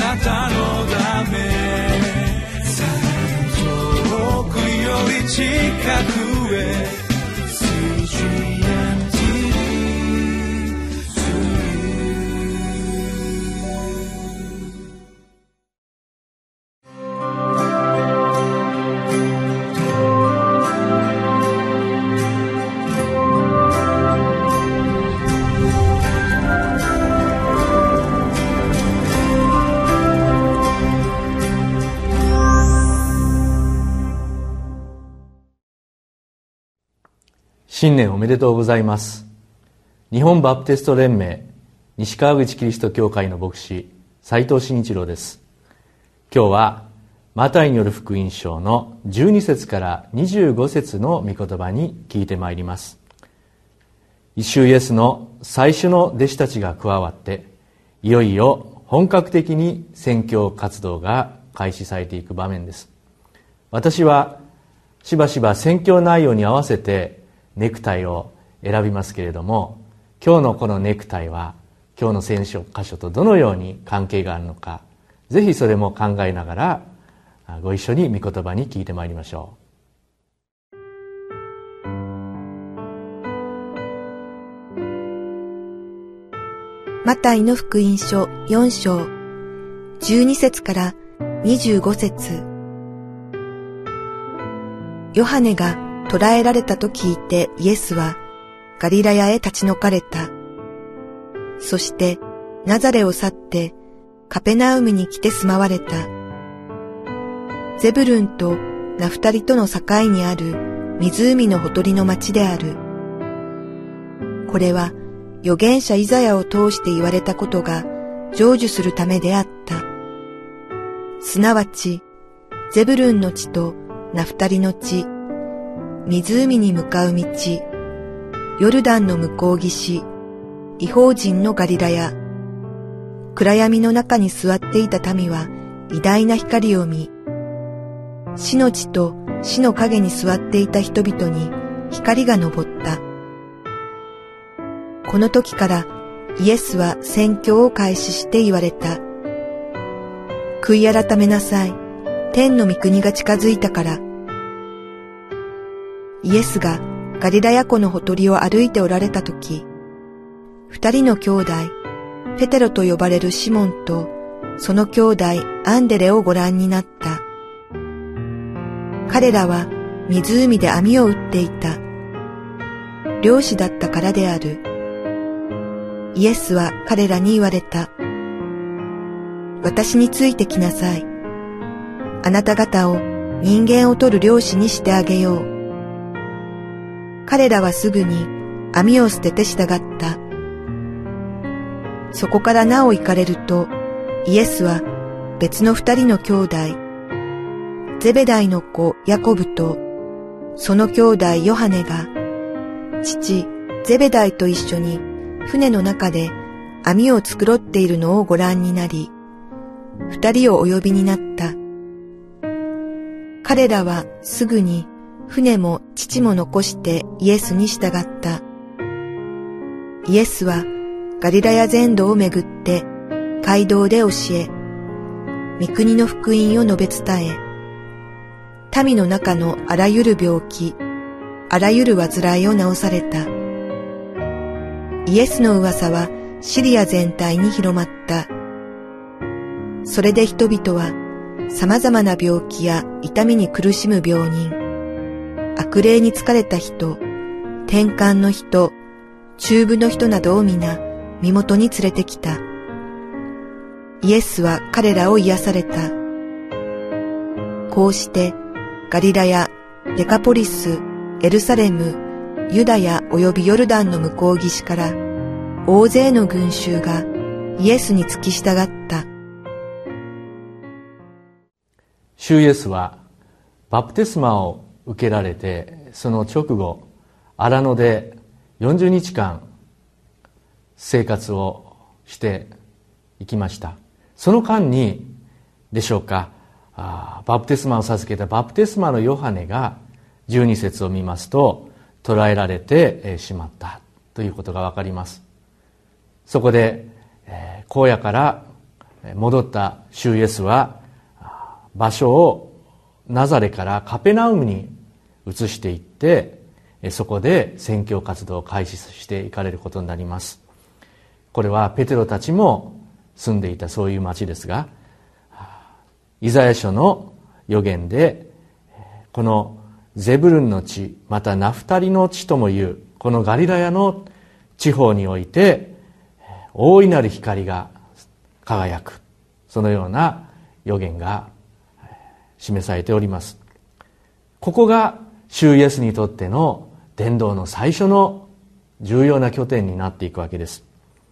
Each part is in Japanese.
なたのため、遠くより近くへ新年おめでとうございます。日本バプテスト連盟西川口キリスト教会の牧師斉藤真一郎です。今日はマタイによる福音書の12節から25節の御言葉に聞いてまいります。主イエスの最初の弟子たちが加わって、いよいよ本格的に宣教活動が開始されていく場面です。私はしばしば宣教内容に合わせてネクタイを選びますけれども、今日のこのネクタイは今日の聖書箇所とどのように関係があるのか、ぜひそれも考えながらご一緒に御言葉に聞いてまいりましょう。 マタイの福音書4章12節から25節。ヨハネが捕らえられたと聞いてイエスはガリラヤへ立ち退かれた。そしてナザレを去ってカペナウムに来て住まわれた。ゼブルンとナフタリとの境にある湖のほとりの町である。これは預言者イザヤを通して言われたことが成就するためであった。すなわちゼブルンの地とナフタリの地、湖に向かう道、ヨルダンの向こう岸、異邦人のガリラヤ。暗闇の中に座っていた民は偉大な光を見、死の地と死の影に座っていた人々に光が昇った。この時からイエスは宣教を開始して言われた。悔い改めなさい。天の御国が近づいたから。イエスがガリラヤ湖のほとりを歩いておられたとき、二人の兄弟、ペテロと呼ばれるシモンと、その兄弟アンデレをご覧になった。彼らは湖で網を打っていた。漁師だったからである。イエスは彼らに言われた。私についてきなさい。あなた方を人間を取る漁師にしてあげよう。彼らはすぐに網を捨てて従った。そこからなお行かれると、イエスは別の二人の兄弟、ゼベダイの子ヤコブと、その兄弟ヨハネが、父ゼベダイと一緒に船の中で網を繕っているのをご覧になり、二人をお呼びになった。彼らはすぐに船も父も残してイエスに従った。イエスはガリラヤ全土をめぐって街道で教え、御国の福音を述べ伝え、民の中のあらゆる病気、あらゆる患いを治された。イエスの噂はシリア全体に広まった。それで人々は様々な病気や痛みに苦しむ病人、悪霊に疲れた人、転換の人、中部の人などを皆身元に連れてきた。イエスは彼らを癒された。こうしてガリラヤ、デカポリス、エルサレム、ユダヤおよびヨルダンの向こう岸から大勢の群衆がイエスに付き従った。 主イエスはバプテスマを受けられて、その直後荒野で40日間生活をしていきました。その間にでしょうか、バプテスマを授けたバプテスマのヨハネが12節を見ますと捕らえられてしまったということがわかります。そこで荒野から戻った主イエスは場所をナザレからカペナウムに移していって、そこで宣教活動を開始していかれることになります。これはペテロたちも住んでいたそういう町ですが、イザヤ書の預言でこのゼブルンの地、またナフタリの地ともいうこのガリラヤの地方において大いなる光が輝く、そのような預言が示されております。ここが主イエスにとっての伝道の最初の重要な拠点になっていくわけです。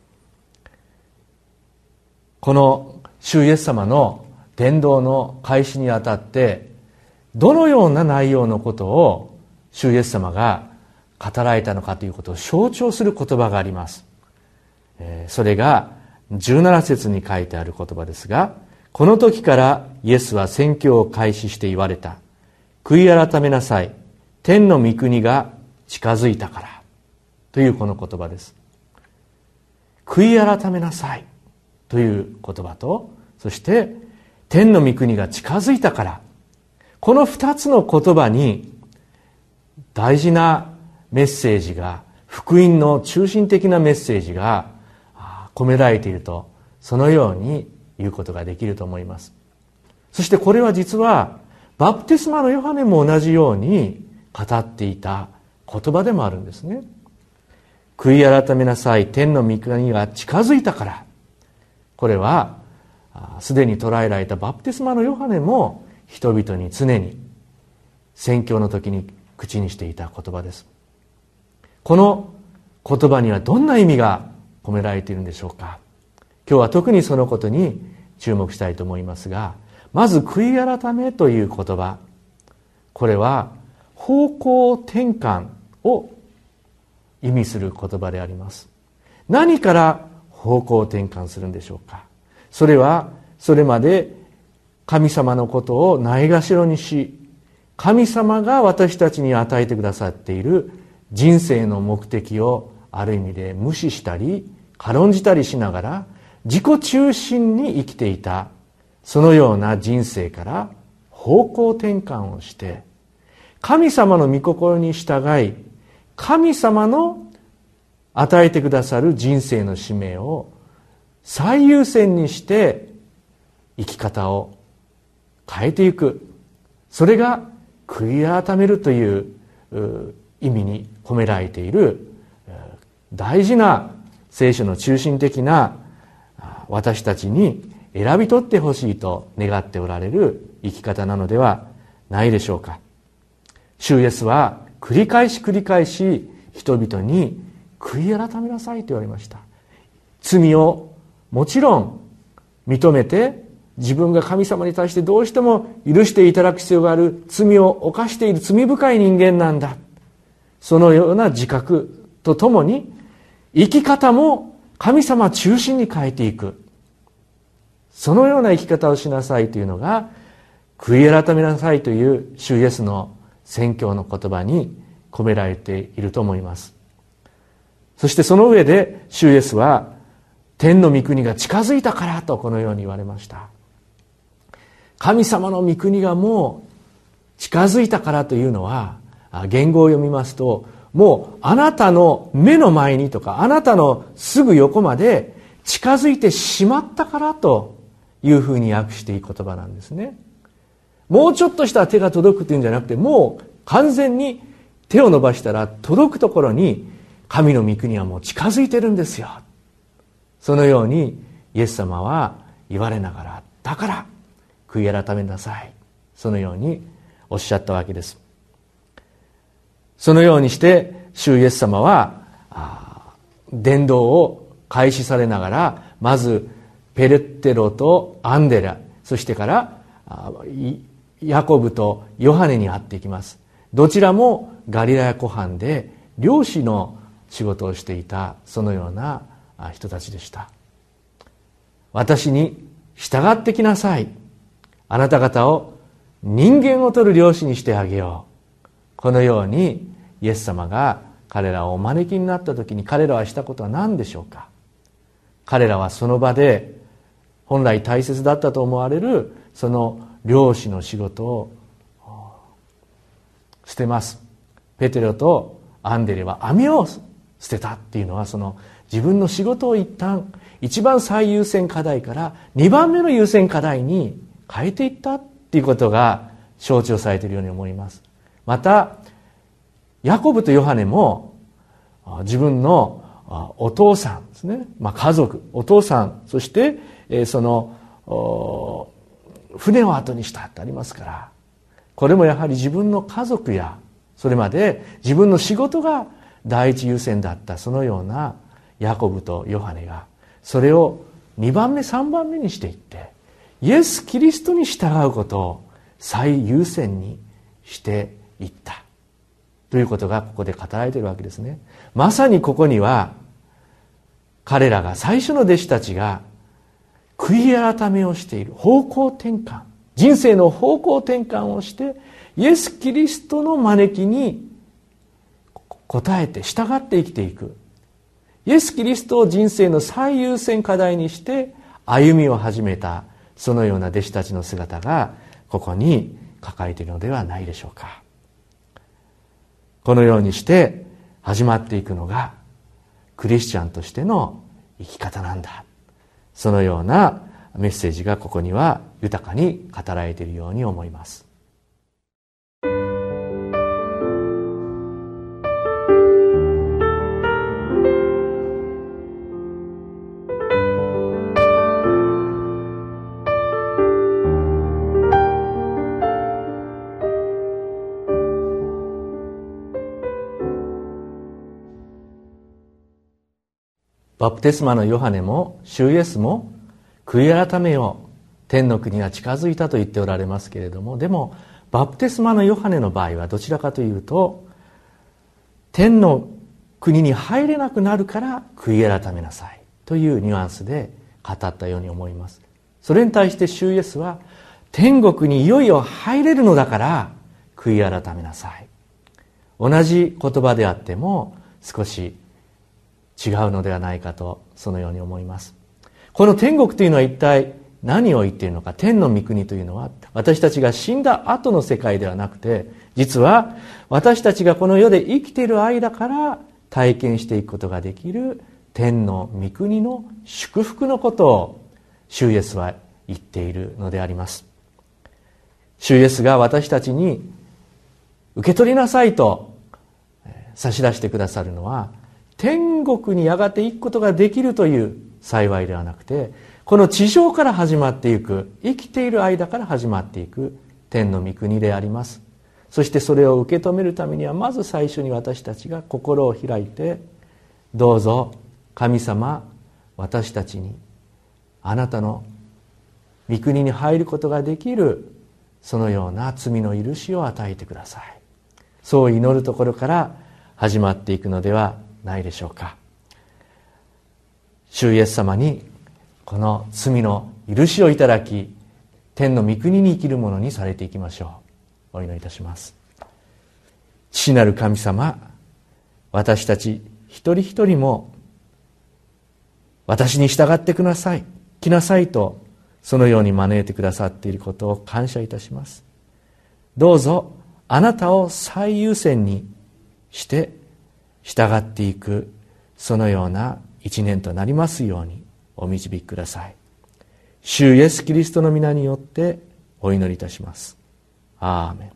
この主イエス様の伝道の開始にあたってどのような内容のことを主イエス様が語られたのかということを象徴する言葉があります。それが17節に書いてある言葉ですが、この時からイエスは宣教を開始して言われた。悔い改めなさい。天の御国が近づいたから。というこの言葉です。悔い改めなさいという言葉と、そして天の御国が近づいたから。この二つの言葉に大事なメッセージが、福音の中心的なメッセージが込められていると、そのように言うことができると思います。そしてこれは実はバプテスマのヨハネも同じように語っていた言葉でもあるんですね。悔い改めなさい、天の御国が近づいたから。これはすでに捉えられたバプテスマのヨハネも人々に常に宣教の時に口にしていた言葉です。この言葉にはどんな意味が込められているんでしょうか。今日は特にそのことに注目したいと思いますが、まず悔い改めという言葉、これは方向転換を意味する言葉であります。何から方向転換するんでしょうか。それはそれまで神様のことをないがしろにし、神様が私たちに与えてくださっている人生の目的をある意味で無視したり軽んじたりしながら自己中心に生きていた、そのような人生から方向転換をして神様の御心に従い、神様の与えてくださる人生の使命を最優先にして生き方を変えていく、それが悔い改めるという意味に込められている大事な聖書の中心的な私たちに選び取ってほしいと願っておられる生き方なのではないでしょうか。主イエスは繰り返し人々に悔い改めなさいと言われました。罪をもちろん認めて、自分が神様に対してどうしても許していただく必要がある、罪を犯している罪深い人間なんだ、そのような自覚とともに生き方も神様中心に変えていく、そのような生き方をしなさいというのが悔い改めなさいという主イエスの宣教の言葉に込められていると思います。そしてその上で主イエスは天の御国が近づいたからとこのように言われました。神様の御国がもう近づいたからというのは、原語を読みますと、もうあなたの目の前にとかあなたのすぐ横まで近づいてしまったからというふうに訳していい言葉なんですね。もうちょっとしたら手が届くっていうんじゃなくて、もう完全に手を伸ばしたら届くところに神の御国はもう近づいてるんですよ。そのようにイエス様は言われながら、だから悔い改めなさい、そのようにおっしゃったわけです。そのようにして主イエス様は伝道を開始されながら、まずペレッテロとアンデラ、そしてからヤコブとヨハネに会っていきます。どちらもガリラヤ湖畔で漁師の仕事をしていた、そのような人たちでした。私に従ってきなさい、あなた方を人間を取る漁師にしてあげよう、このようにイエス様が彼らをお招きになった時に彼らはしたことは何でしょうか。彼らはその場で本来大切だったと思われるその漁師の仕事を捨てます。ペテロとアンデレは網を捨てたっていうのは、その自分の仕事を一旦一番最優先課題から2番目の優先課題に変えていったっていうことが象徴されているように思います。またヤコブとヨハネも自分のお父さんですね、家族、お父さん、そしてその船を後にしたってありますから、これもやはり自分の家族やそれまで自分の仕事が第一優先だったそのようなヤコブとヨハネがそれを2番目3番目にしていって、イエス・キリストに従うことを最優先にしていったということがここで語られているわけですね。まさにここには彼らが、最初の弟子たちが悔い改めをしている、方向転換、人生の方向転換をしてイエス・キリストの招きに応えて従って生きていく、イエス・キリストを人生の最優先課題にして歩みを始めた、そのような弟子たちの姿がここに書かれているのではないでしょうか。このようにして始まっていくのがクリスチャンとしての生き方なんだ、そのようなメッセージがここには豊かに語られているように思います。バプテスマのヨハネも主イエスも悔い改めよう、天の国が近づいたと言っておられますけれども、でもバプテスマのヨハネの場合はどちらかというと、天の国に入れなくなるから悔い改めなさいというニュアンスで語ったように思います。それに対して主イエスは、天国にいよいよ入れるのだから悔い改めなさい。同じ言葉であっても少し違うのではないかと、そのように思います。この天国というのは一体何を言っているのか。天の御国というのは私たちが死んだ後の世界ではなくて、実は私たちがこの世で生きている間から体験していくことができる天の御国の祝福のことを主イエスは言っているのであります。主イエスが私たちに受け取りなさいと差し出してくださるのは、天国にやがて行くことができるという幸いではなくて、この地上から始まっていく、生きている間から始まっていく天の御国であります。そしてそれを受け止めるためには、まず最初に私たちが心を開いて、どうぞ神様、私たちにあなたの御国に入ることができるそのような罪の許しを与えてください。そう祈るところから始まっていくのではないでしょうか。主イエス様にこの罪の許しをいただき、天の御国に生きるものにされていきましょう。お祈りいたします。父なる神様、私たち一人一人も私に従ってください、来なさいと、そのように招いてくださっていることを感謝いたします。どうぞあなたを最優先にして従っていく、そのような一年となりますようにお導きください。主イエスキリストの皆によってお祈りいたします。アーメン。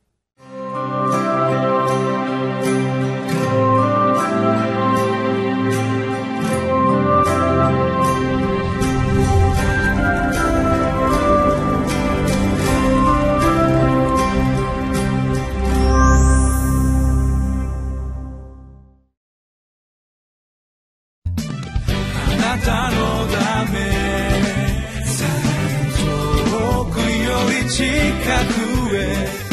あなたのため遠くより近くへ